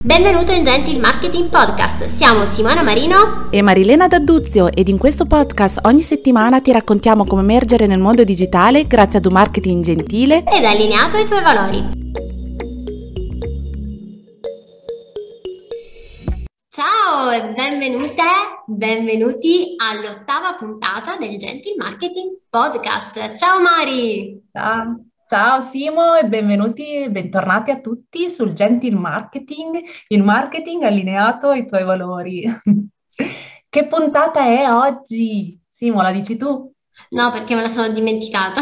Benvenuto in Gentil Marketing Podcast, siamo Simona Marino e Marilena D'Adduzio ed in questo podcast ogni settimana ti raccontiamo come emergere nel mondo digitale grazie ad un marketing gentile ed allineato ai tuoi valori. Ciao e benvenuti all'8ª puntata del Gentil Marketing Podcast. Ciao Mari! Ciao Simo e bentornati a tutti sul Gentil Marketing, il marketing allineato ai tuoi valori. Che puntata è oggi? Simo, la dici tu? No, perché me la sono dimenticata.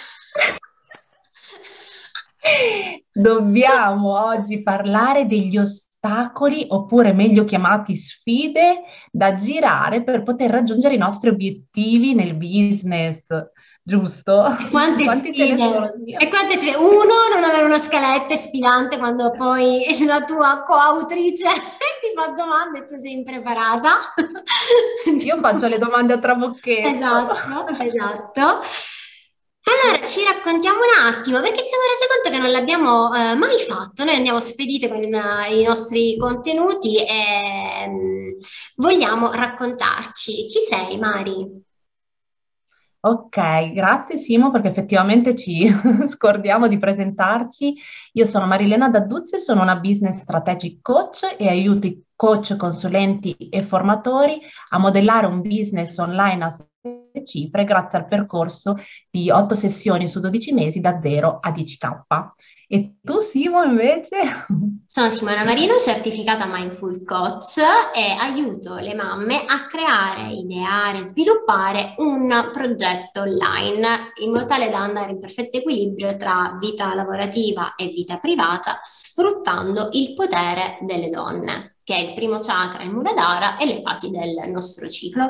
Dobbiamo oggi parlare degli ostacoli, oppure meglio chiamati sfide, da girare per poter raggiungere i nostri obiettivi nel business. Giusto? Quante Quanti ce ne sfide! sono? E quante sfide? Uno, non avere una scaletta sfidante quando poi la tua coautrice ti fa domande e tu sei impreparata. Io faccio le domande a trabocchetto. Esatto. Allora, ci raccontiamo un attimo, perché ci siamo resi conto che non l'abbiamo mai fatto. Noi andiamo spedite con i nostri contenuti e vogliamo raccontarci. Chi sei, Mari? Ok, grazie Simo perché effettivamente ci scordiamo di presentarci. Io sono Marilena D'Adduzzi, sono una business strategic coach e aiuto i coach, consulenti e formatori a modellare un business online a 7 cifre grazie al percorso di 8 sessioni su 12 mesi da 0 a 10K. E tu Simo invece? Sono Simona Marino, certificata Mindful Coach e aiuto le mamme a creare, ideare, sviluppare un progetto online in modo tale da andare in perfetto equilibrio tra vita lavorativa e vita privata, sfruttando il potere delle donne, che è il primo chakra in Muladhara e le fasi del nostro ciclo.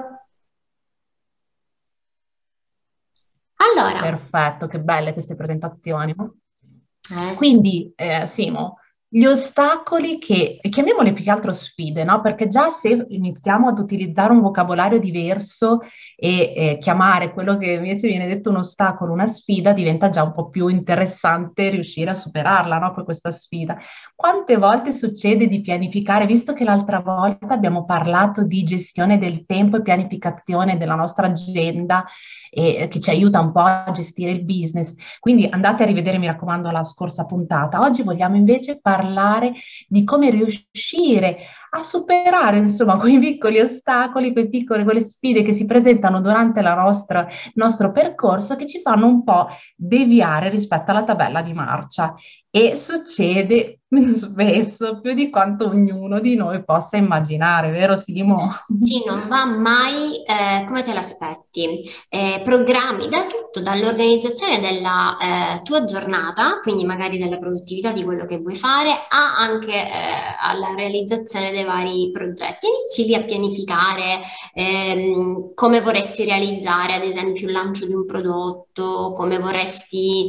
Allora, Perfetto, che belle queste presentazioni. sì. Quindi, Simo, gli ostacoli che, chiamiamoli più che altro sfide, no? Perché già se iniziamo ad utilizzare un vocabolario diverso e chiamare quello che invece viene detto un ostacolo, una sfida, diventa già un po' più interessante riuscire a superarla, no? Per questa sfida. Quante volte succede di pianificare, visto che l'altra volta abbiamo parlato di gestione del tempo e pianificazione della nostra agenda, che ci aiuta un po' a gestire il business. Quindi andate a rivedere, mi raccomando, la scorsa puntata. Oggi vogliamo invece parlare di come riuscire a superare, insomma, quei piccoli ostacoli, quelle sfide che si presentano durante il nostro percorso che ci fanno un po' deviare rispetto alla tabella di marcia. E succede spesso più di quanto ognuno di noi possa immaginare, vero Simo? Sì, non va mai come te l'aspetti. Programmi da tutto, dall'organizzazione della tua giornata, quindi magari della produttività di quello che vuoi fare, a anche alla realizzazione dei vari progetti. Inizi lì a pianificare come vorresti realizzare, ad esempio, il lancio di un prodotto, come vorresti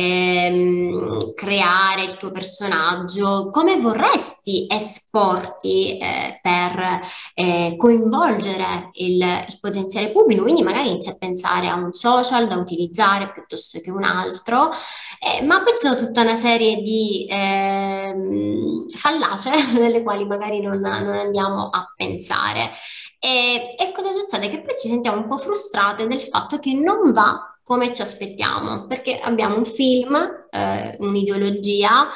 creare il tuo personaggio, come vorresti esporti per coinvolgere il potenziale pubblico, quindi magari inizi a pensare a un social da utilizzare piuttosto che un altro, ma poi ci sono tutta una serie di fallacie nelle quali magari non andiamo a pensare. E cosa succede? Che poi ci sentiamo un po' frustrate del fatto che non va come ci aspettiamo, perché abbiamo un film, un'ideologia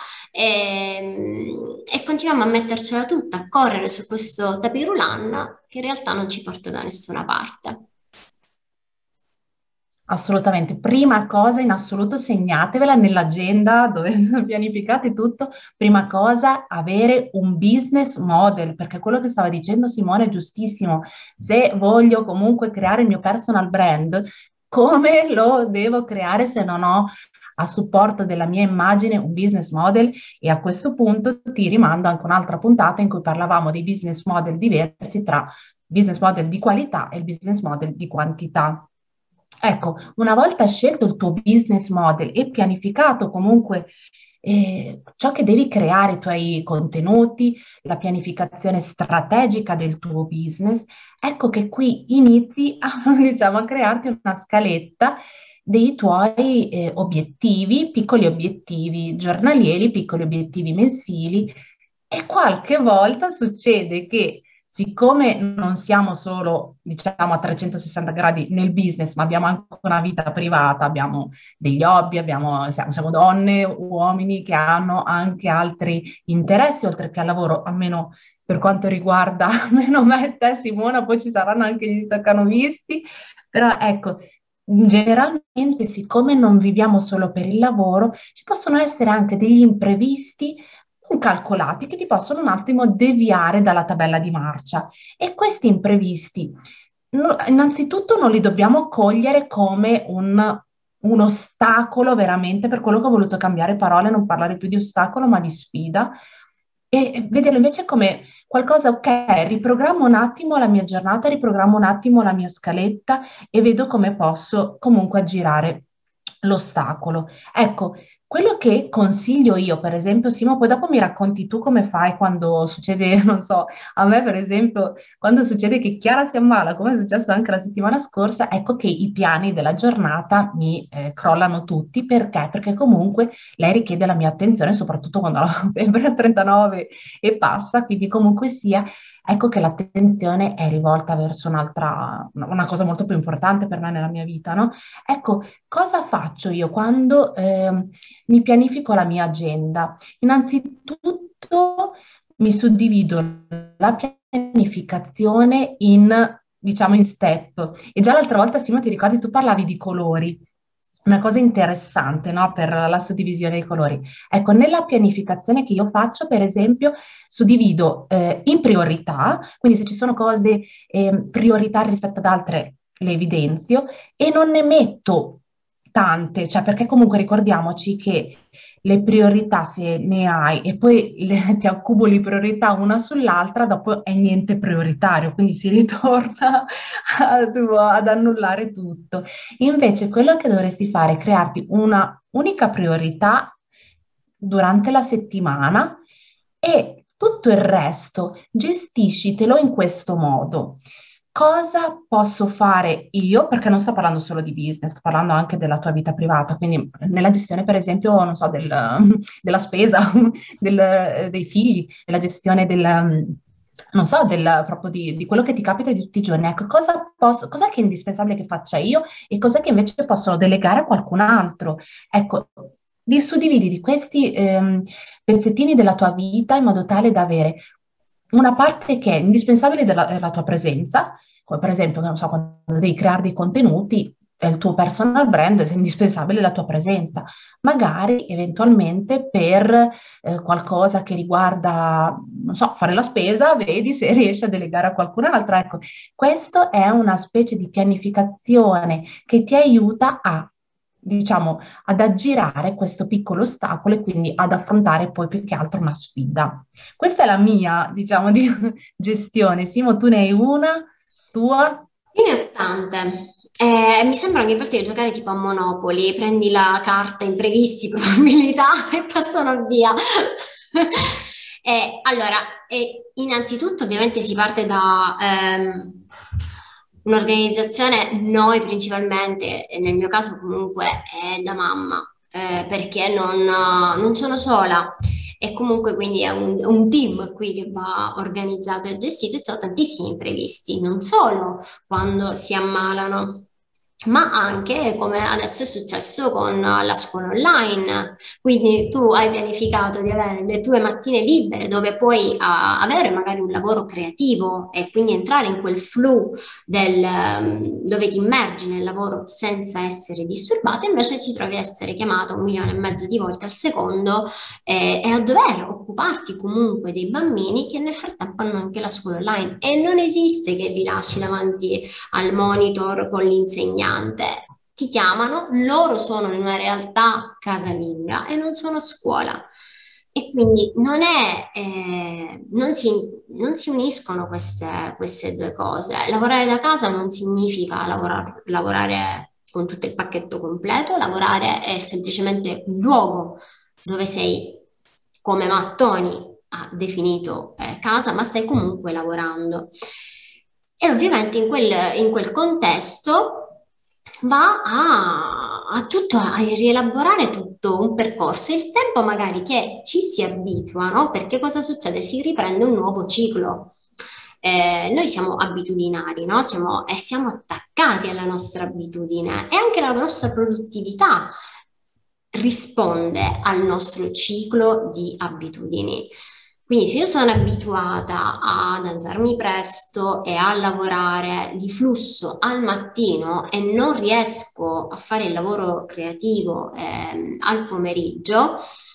e continuiamo a mettercela tutta, a correre su questo tapirulan che in realtà non ci porta da nessuna parte. Assolutamente, prima cosa in assoluto segnatevela nell'agenda dove pianificate tutto, prima cosa avere un business model, perché quello che stava dicendo Simone è giustissimo, se voglio comunque creare il mio personal brand, come lo devo creare se non ho a supporto della mia immagine un business model? E a questo punto ti rimando anche un'altra puntata in cui parlavamo di business model diversi tra business model di qualità e il business model di quantità. Ecco, una volta scelto il tuo business model e pianificato comunque ciò che devi creare, i tuoi contenuti, la pianificazione strategica del tuo business, ecco che qui inizi a, diciamo, a crearti una scaletta dei tuoi piccoli obiettivi giornalieri, piccoli obiettivi mensili, E qualche volta succede che, siccome non siamo solo, diciamo, a 360 gradi nel business, ma abbiamo anche una vita privata, abbiamo degli hobby, siamo donne, uomini che hanno anche altri interessi oltre che al lavoro, almeno per quanto riguarda, almeno me e te, Simona, poi ci saranno anche gli staccanovisti, però ecco, generalmente, siccome non viviamo solo per il lavoro, ci possono essere anche degli imprevisti non calcolati che ti possono un attimo deviare dalla tabella di marcia. E questi imprevisti, innanzitutto non li dobbiamo cogliere come un ostacolo veramente, per quello che ho voluto cambiare parole, non parlare più di ostacolo, ma di sfida, e vederlo invece come qualcosa, ok, riprogrammo un attimo la mia giornata, riprogrammo un attimo la mia scaletta e vedo come posso comunque aggirare l'ostacolo. Ecco, quello che consiglio io, per esempio, Simo, poi dopo mi racconti tu come fai quando succede, non so, a me per esempio, quando succede che Chiara si ammala, come è successo anche la settimana scorsa, ecco che i piani della giornata mi crollano tutti. Perché? Perché comunque lei richiede la mia attenzione, soprattutto quando ha la febbre a 39 e passa, quindi comunque sia, ecco che l'attenzione è rivolta verso una cosa molto più importante per me nella mia vita, no? Ecco, cosa faccio io quando mi pianifico la mia agenda? Innanzitutto mi suddivido la pianificazione diciamo, in step. E già l'altra volta, Simo, ti ricordi, tu parlavi di colori. Una cosa interessante, no, per la suddivisione dei colori. Ecco, nella pianificazione che io faccio, per esempio, suddivido in priorità, quindi se ci sono cose prioritarie rispetto ad altre, le evidenzio e non ne metto tante, cioè perché comunque ricordiamoci che le priorità, se ne hai e poi ti accumuli priorità una sull'altra, dopo è niente prioritario, quindi si ritorna ad annullare tutto. Invece quello che dovresti fare è crearti una unica priorità durante la settimana e tutto il resto gestiscitelo in questo modo. Cosa posso fare io? Perché non sto parlando solo di business, sto parlando anche della tua vita privata, quindi nella gestione, per esempio, non so, della spesa, dei figli, della gestione non so, proprio di quello che ti capita di tutti i giorni. Ecco, cos'è che è indispensabile che faccia io e cos'è che invece possono delegare a qualcun altro? Ecco, suddividi di questi pezzettini della tua vita in modo tale da avere una parte che è indispensabile della tua presenza, come per esempio, non so, quando devi creare dei contenuti, è il tuo personal brand, è indispensabile la tua presenza. Magari eventualmente per qualcosa che riguarda, non so, fare la spesa, vedi se riesci a delegare a qualcun altro. Ecco, questo è una specie di pianificazione che ti aiuta diciamo, ad aggirare questo piccolo ostacolo e quindi ad affrontare poi più che altro una sfida. Questa è la mia, diciamo, di gestione. Simo, tu ne hai una tua? Io ne ho tante. Mi sembra ogni volta di giocare tipo a Monopoli, prendi la carta imprevisti, probabilità e passano via. Allora, innanzitutto ovviamente si parte da un'organizzazione, noi principalmente, e nel mio caso comunque è da mamma, perché non sono sola e comunque quindi è un team qui che va organizzato e gestito e ci sono tantissimi imprevisti, non solo quando si ammalano, ma anche come adesso è successo con la scuola online. Quindi tu hai pianificato di avere le tue mattine libere dove puoi avere magari un lavoro creativo e quindi entrare in quel flow dove ti immergi nel lavoro senza essere disturbato, invece ti trovi a essere chiamato 1,5 milioni di volte al secondo e a dover occuparti comunque dei bambini che nel frattempo hanno anche la scuola online e non esiste che li lasci davanti al monitor con l'insegnante. Ti chiamano, loro sono in una realtà casalinga e non sono a scuola. E quindi non si uniscono queste due cose. Lavorare da casa non significa lavorare con tutto il pacchetto completo, lavorare è semplicemente un luogo dove sei come Mattoni ha definito casa, ma stai comunque lavorando. E ovviamente in quel contesto va a rielaborare tutto un percorso, il tempo magari che ci si abitua, no? Perché cosa succede? Si riprende un nuovo ciclo. Noi siamo abitudinari, no? Siamo attaccati alla nostra abitudine e anche la nostra produttività risponde al nostro ciclo di abitudini. Quindi se io sono abituata ad alzarmi presto e a lavorare di flusso al mattino e non riesco a fare il lavoro creativo al pomeriggio,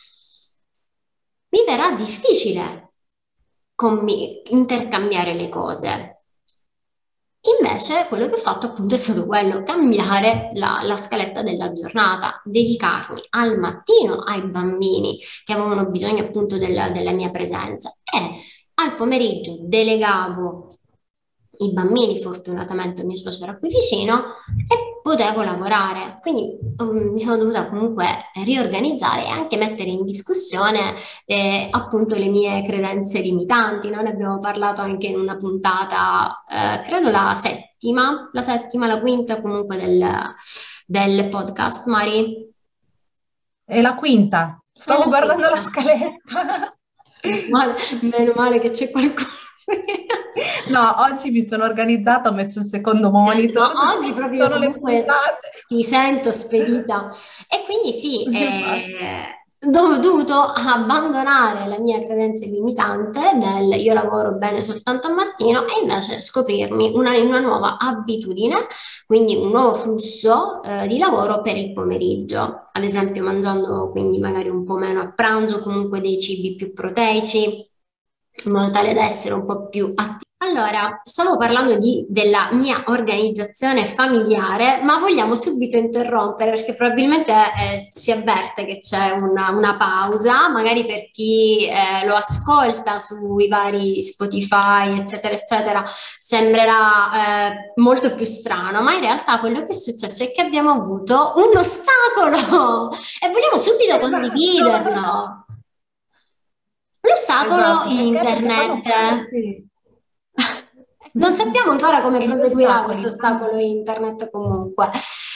mi verrà difficile intercambiare le cose. Invece quello che ho fatto appunto è stato quello, cambiare la scaletta della giornata, dedicarmi al mattino ai bambini che avevano bisogno appunto della mia presenza e al pomeriggio delegavo i bambini, fortunatamente mio suocero era qui vicino e potevo lavorare. Quindi mi sono dovuta comunque riorganizzare e anche mettere in discussione appunto le mie credenze limitanti. Noi ne abbiamo parlato anche in una puntata, credo la quinta comunque del podcast, Mari. È la quinta, stavo la guardando la quinta. scaletta. Meno male che c'è qualcuno. No, oggi mi sono organizzata, ho messo il secondo monitor. No, oggi proprio sono le comunque puntate. ti sento spedita. E quindi sì, ho dovuto abbandonare la mia credenza limitante del io lavoro bene soltanto al mattino e invece scoprirmi una nuova abitudine, quindi un nuovo flusso di lavoro per il pomeriggio, ad esempio mangiando quindi magari un po' meno a pranzo, comunque dei cibi più proteici, in modo tale da essere un po' più attivi. Allora, stavo parlando della mia organizzazione familiare, ma vogliamo subito interrompere perché probabilmente si avverte che c'è una pausa, magari per chi lo ascolta sui vari Spotify, eccetera, eccetera, sembrerà molto più strano, ma in realtà quello che è successo è che abbiamo avuto un ostacolo e vogliamo subito condividerlo. L'ostacolo Esatto, perché fanno internet. parte. Non sappiamo ancora come E gli proseguirà ostacoli questo fanno. ostacolo internet comunque.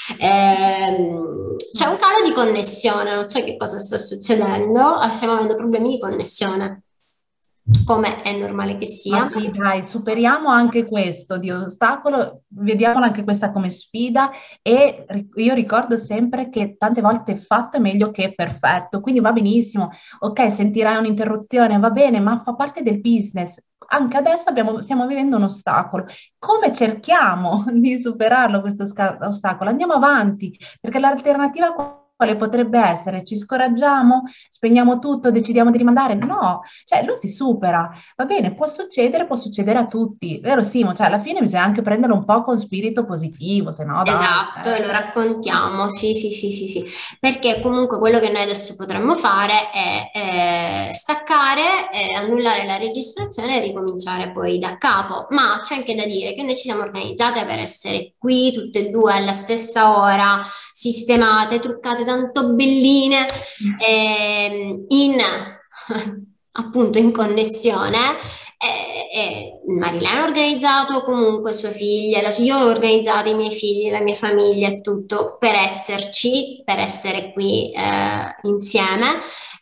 C'è un calo di connessione, non so che cosa sta succedendo, stiamo avendo problemi di connessione, come è normale che Ma sia. sì, dai, superiamo anche questo di ostacolo, vediamola anche questa come sfida e io ricordo sempre che tante volte fatto è meglio che perfetto, quindi va benissimo, ok, sentirai un'interruzione, va bene, ma fa parte del business. Anche adesso stiamo vivendo un ostacolo. Come cerchiamo di superarlo questo ostacolo? Andiamo avanti, perché l'alternativa quale potrebbe essere? Ci scoraggiamo, spegniamo tutto, decidiamo di rimandare? No, cioè lo si supera. Va bene, può succedere a tutti, vero Simo? Cioè alla fine bisogna anche prenderlo un po' con spirito positivo, se no dai. Esatto, e lo raccontiamo, sì, sì, sì, sì, sì, perché comunque quello che noi adesso potremmo fare è staccare, annullare la registrazione e ricominciare poi da capo, ma c'è anche da dire che noi ci siamo organizzate per essere qui tutte e due alla stessa ora, sistemate, truccate, tanto belline, appunto in connessione. Marilena ha organizzato comunque sue figlie, io ho organizzato i miei figli, la mia famiglia e tutto per esserci, per essere qui insieme.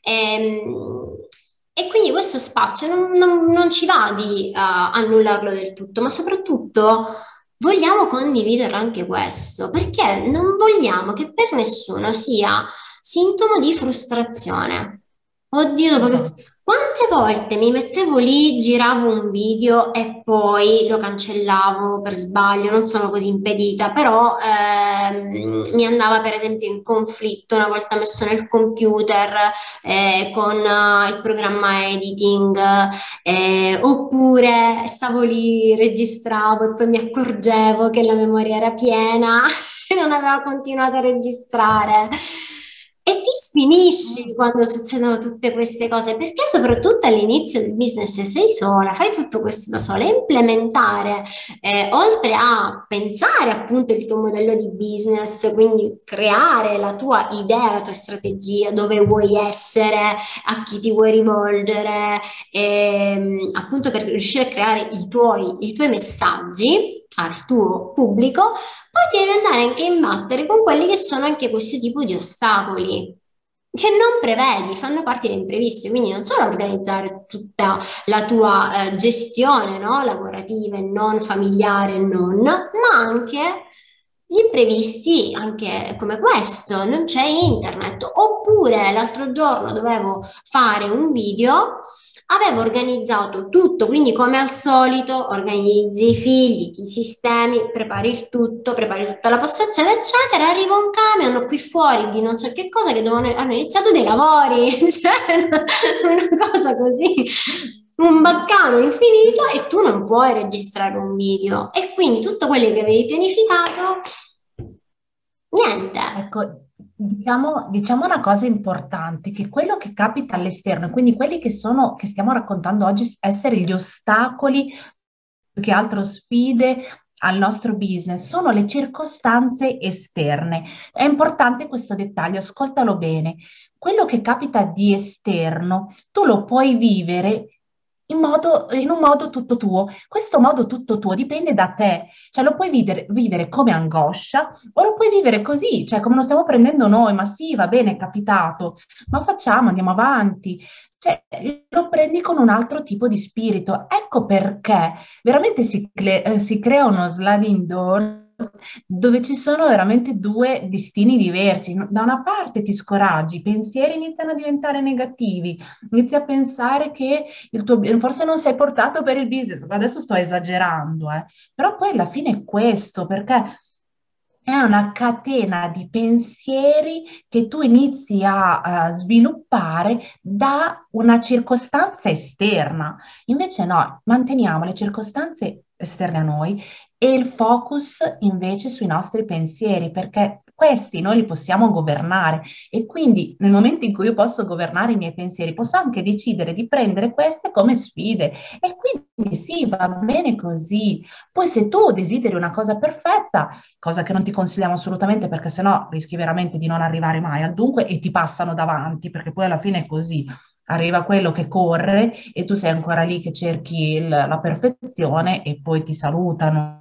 E quindi questo spazio non ci va di annullarlo del tutto, ma soprattutto vogliamo condividerlo anche questo, perché non vogliamo che per nessuno sia sintomo di frustrazione. Oddio, Esatto. quante volte mi mettevo lì, giravo un video e poi lo cancellavo per sbaglio, non sono così impedita, però mi andava per esempio in conflitto una volta messo nel computer con il programma editing, oppure stavo lì, registravo e poi mi accorgevo che la memoria era piena e non aveva continuato a registrare. E ti sfinisci quando succedono tutte queste cose, perché soprattutto all'inizio del business sei sola, fai tutto questo da sola, e implementare, oltre a pensare appunto il tuo modello di business, quindi creare la tua idea, la tua strategia, dove vuoi essere, a chi ti vuoi rivolgere, appunto per riuscire a creare i tuoi messaggi. al tuo pubblico, poi ti devi andare anche a imbattere con quelli che sono anche questo tipo di ostacoli che non prevedi, fanno parte degli imprevisti, quindi non solo organizzare tutta la tua gestione, no? Lavorativa e non familiare, e non, ma anche gli imprevisti, anche come questo, non c'è internet, oppure l'altro giorno dovevo fare un video. Avevo organizzato tutto, quindi come al solito organizzi i figli, ti sistemi, prepari il tutto, prepari tutta la postazione, eccetera. Arriva un camion qui fuori di non so che cosa che hanno iniziato dei lavori, cioè una cosa così, un baccano infinito e tu non puoi registrare un video. E quindi tutto quello che avevi pianificato, niente. Ecco, diciamo una cosa importante, che quello che capita all'esterno, quindi quelli che stiamo raccontando oggi essere gli ostacoli, più che altro sfide al nostro business, sono le circostanze esterne. È importante questo dettaglio, ascoltalo bene. Quello che capita di esterno, tu lo puoi vivere in un modo tutto tuo. Questo modo tutto tuo dipende da te, cioè lo puoi vivere come angoscia o lo puoi vivere così, cioè come lo stiamo prendendo noi, ma sì, va bene, è capitato, ma facciamo, andiamo avanti. Cioè, lo prendi con un altro tipo di spirito. Ecco perché veramente si crea uno sliding door dove ci sono veramente due destini diversi. Da una parte ti scoraggi, i pensieri iniziano a diventare negativi, inizi a pensare che forse non sei portato per il business, adesso sto esagerando, però poi alla fine è questo, perché è una catena di pensieri che tu inizi a sviluppare da una circostanza esterna. Invece no, manteniamo le circostanze esterne a noi e il focus invece sui nostri pensieri, perché questi noi li possiamo governare e quindi nel momento in cui io posso governare i miei pensieri, posso anche decidere di prendere queste come sfide e quindi sì, va bene così. Poi se tu desideri una cosa perfetta, cosa che non ti consigliamo assolutamente perché sennò rischi veramente di non arrivare mai al dunque e ti passano davanti, perché poi alla fine è così. Arriva quello che corre e tu sei ancora lì che cerchi la perfezione e poi ti salutano.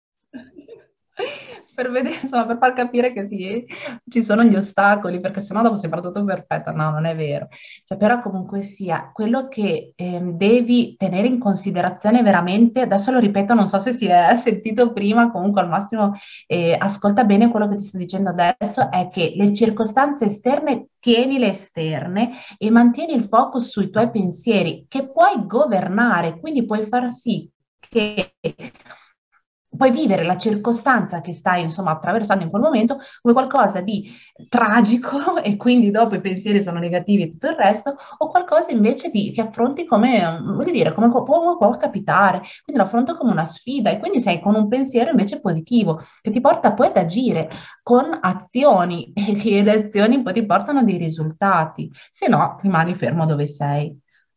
Per vedere, insomma, per far capire che sì, ci sono gli ostacoli, perché sennò dopo sembra tutto perfetto. No, non è vero. Cioè, però comunque sia, quello che devi tenere in considerazione veramente, adesso lo ripeto, non so se si è sentito prima, comunque al massimo ascolta bene quello che ti sto dicendo adesso, è che le circostanze esterne, tienile esterne e mantieni il focus sui tuoi pensieri, che puoi governare, quindi puoi far sì che puoi vivere la circostanza che stai, insomma, attraversando in quel momento come qualcosa di tragico e quindi dopo i pensieri sono negativi e tutto il resto, o qualcosa invece che affronti come, voglio dire, come può capitare, quindi lo affronto come una sfida e quindi sei con un pensiero invece positivo che ti porta poi ad agire con azioni e che le azioni poi ti portano a dei risultati, se no rimani fermo dove sei.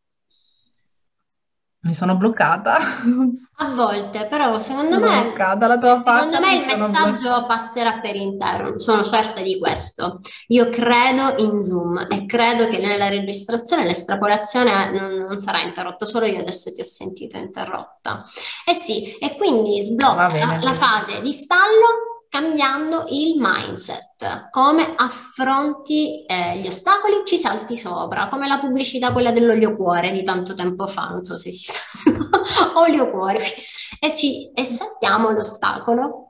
Mi sono bloccata. A volte, però Bloccata la tua secondo faccia, me mi il sono bloccata. messaggio passerà per intero, sono certa di questo. Io credo in Zoom e credo che nella registrazione l'estrapolazione non sarà interrotta, solo io adesso ti ho sentito interrotta. Eh sì, e quindi Va sblocca bene. la fase di stallo cambiando il mindset, come affronti gli ostacoli, ci salti sopra, come la pubblicità quella dell'olio cuore di tanto tempo fa, non so se si sa, olio cuore, e saltiamo l'ostacolo.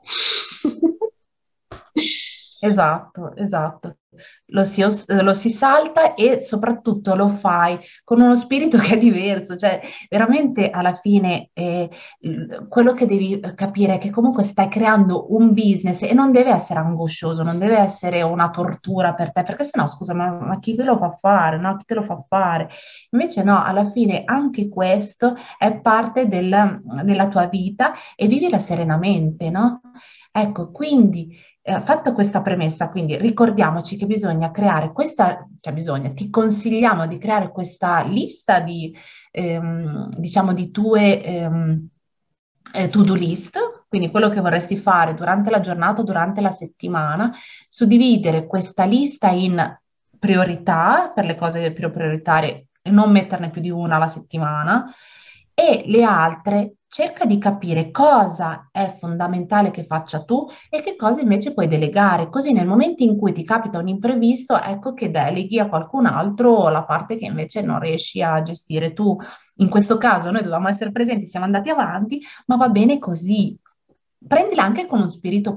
Esatto, esatto. Lo si salta e soprattutto lo fai con uno spirito che è diverso, cioè veramente alla fine quello che devi capire è che comunque stai creando un business e non deve essere angoscioso, non deve essere una tortura per te, perché sennò, scusa, ma chi te lo fa fare? No, chi te lo fa fare? Invece no, alla fine anche questo è parte della tua vita e vivila serenamente, no? Ecco, quindi fatta questa premessa, quindi ricordiamoci che bisogna creare questa, cioè bisogna, ti consigliamo di creare questa lista di, diciamo, di tue to-do list, quindi quello che vorresti fare durante la giornata, durante la settimana, suddividere questa lista in priorità per le cose più prioritarie e non metterne più di una alla settimana e le altre cerca di capire cosa è fondamentale che faccia tu e che cosa invece puoi delegare, così nel momento in cui ti capita un imprevisto, ecco che deleghi a qualcun altro la parte che invece non riesci a gestire tu. In questo caso noi dovevamo essere presenti, siamo andati avanti, ma va bene così. Prendila anche con uno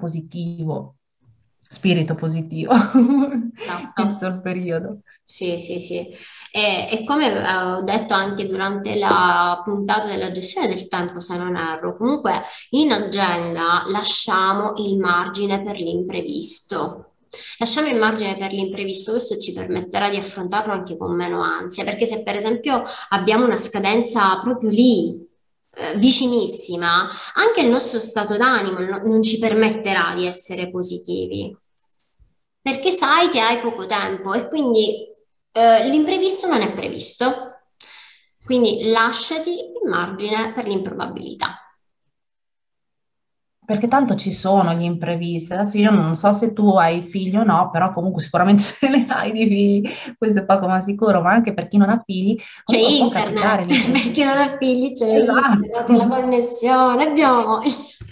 spirito positivo, visto Esatto. il periodo. Sì, sì, sì. E come ho detto anche durante la puntata della gestione del tempo, se non erro, comunque in agenda lasciamo il margine per l'imprevisto. Lasciamo il margine per l'imprevisto, questo ci permetterà di affrontarlo anche con meno ansia, perché se per esempio abbiamo una scadenza proprio lì, vicinissima, anche il nostro stato d'animo non ci permetterà di essere positivi perché sai che hai poco tempo e quindi l'imprevisto non è previsto. Quindi lasciati il margine per l'improbabilità. Perché tanto ci sono gli imprevisti. Adesso io non so se tu hai figli o no, però comunque sicuramente se ne hai di figli, questo è poco ma sicuro, ma anche per chi non ha figli, C'è comunque può internet, capitare per chi l'imprevisto. non ha figli c'è internet, la Esatto. connessione, abbiamo voglia.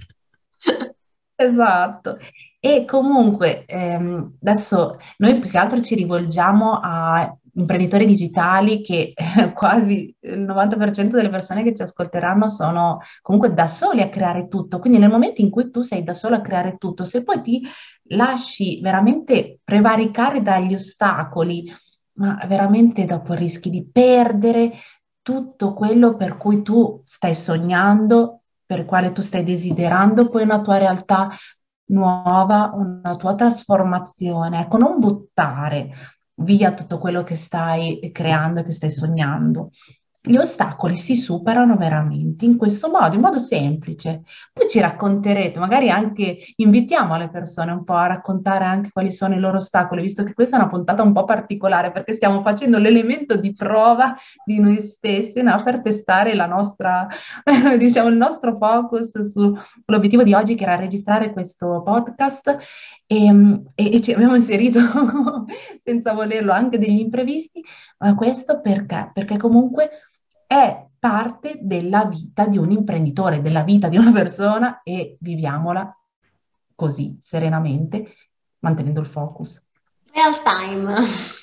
Esatto. E comunque adesso noi più che altro ci rivolgiamo a imprenditori digitali che quasi il 90% delle persone che ci ascolteranno sono comunque da soli a creare tutto. Quindi nel momento in cui tu sei da solo a creare tutto, se poi ti lasci veramente prevaricare dagli ostacoli, ma veramente dopo rischi di perdere tutto quello per cui tu stai sognando, per il quale tu stai desiderando poi una tua realtà nuova, una tua trasformazione. Ecco, non buttare via tutto quello che stai creando e che stai sognando. Gli ostacoli si superano veramente in questo modo, in modo semplice. Poi ci racconterete, magari anche invitiamo le persone un po' a raccontare anche quali sono i loro ostacoli, visto che questa è una puntata un po' particolare perché stiamo facendo l'elemento di prova di noi stessi, no? Per testare la nostra, diciamo, il nostro focus sull'obiettivo di oggi che era registrare questo podcast e ci abbiamo inserito senza volerlo anche degli imprevisti, ma questo perché? Perché comunque è parte della vita di un imprenditore, della vita di una persona e viviamola così, serenamente, mantenendo il focus. Real time.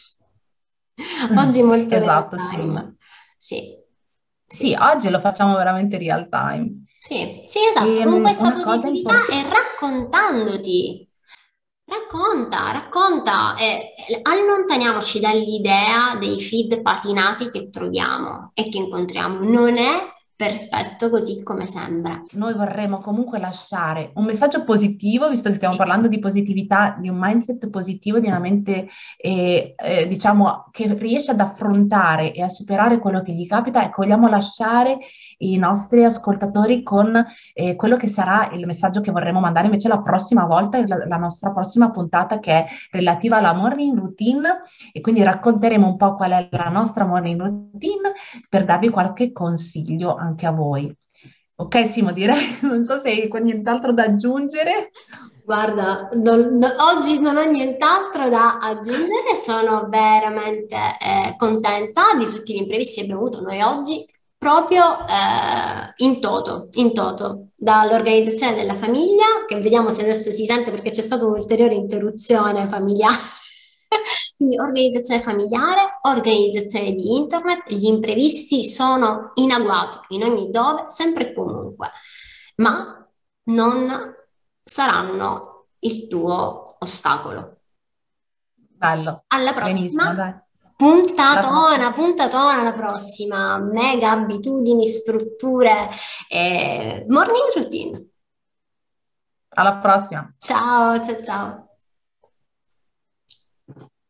Oggi molto real Esatto, sì. time. Sì, Sì, sì. oggi lo facciamo veramente real time. Sì, sì, esatto, con questa Una cosa positività importante. e raccontandoti. Racconta, racconta e allontaniamoci dall'idea dei feed patinati che troviamo e che incontriamo. Non è perfetto così come sembra. Noi vorremmo comunque lasciare un messaggio positivo, visto che stiamo Sì. parlando di positività, di un mindset positivo, di una mente, diciamo, che riesce ad affrontare e a superare quello che gli capita. Ecco, vogliamo lasciare i nostri ascoltatori con quello che sarà il messaggio che vorremmo mandare invece la prossima volta, la nostra prossima puntata che è relativa alla morning routine e quindi racconteremo un po' qual è la nostra morning routine per darvi qualche consiglio anche a voi. Ok, Simo, direi, non so se hai nient'altro da aggiungere. Guarda, oggi non ho nient'altro da aggiungere, sono veramente contenta di tutti gli imprevisti che abbiamo avuto noi oggi, proprio in toto, dall'organizzazione della famiglia, che vediamo se adesso si sente perché c'è stata un'ulteriore interruzione familiare. Quindi organizzazione familiare, organizzazione di internet, gli imprevisti sono in agguato, in ogni dove, sempre e comunque, ma non saranno il tuo ostacolo. Bello, Alla benissimo, prossima dai. Alla prossima. puntatona, puntatona, alla prossima, mega abitudini, strutture, morning routine. Alla prossima. Ciao, ciao, ciao.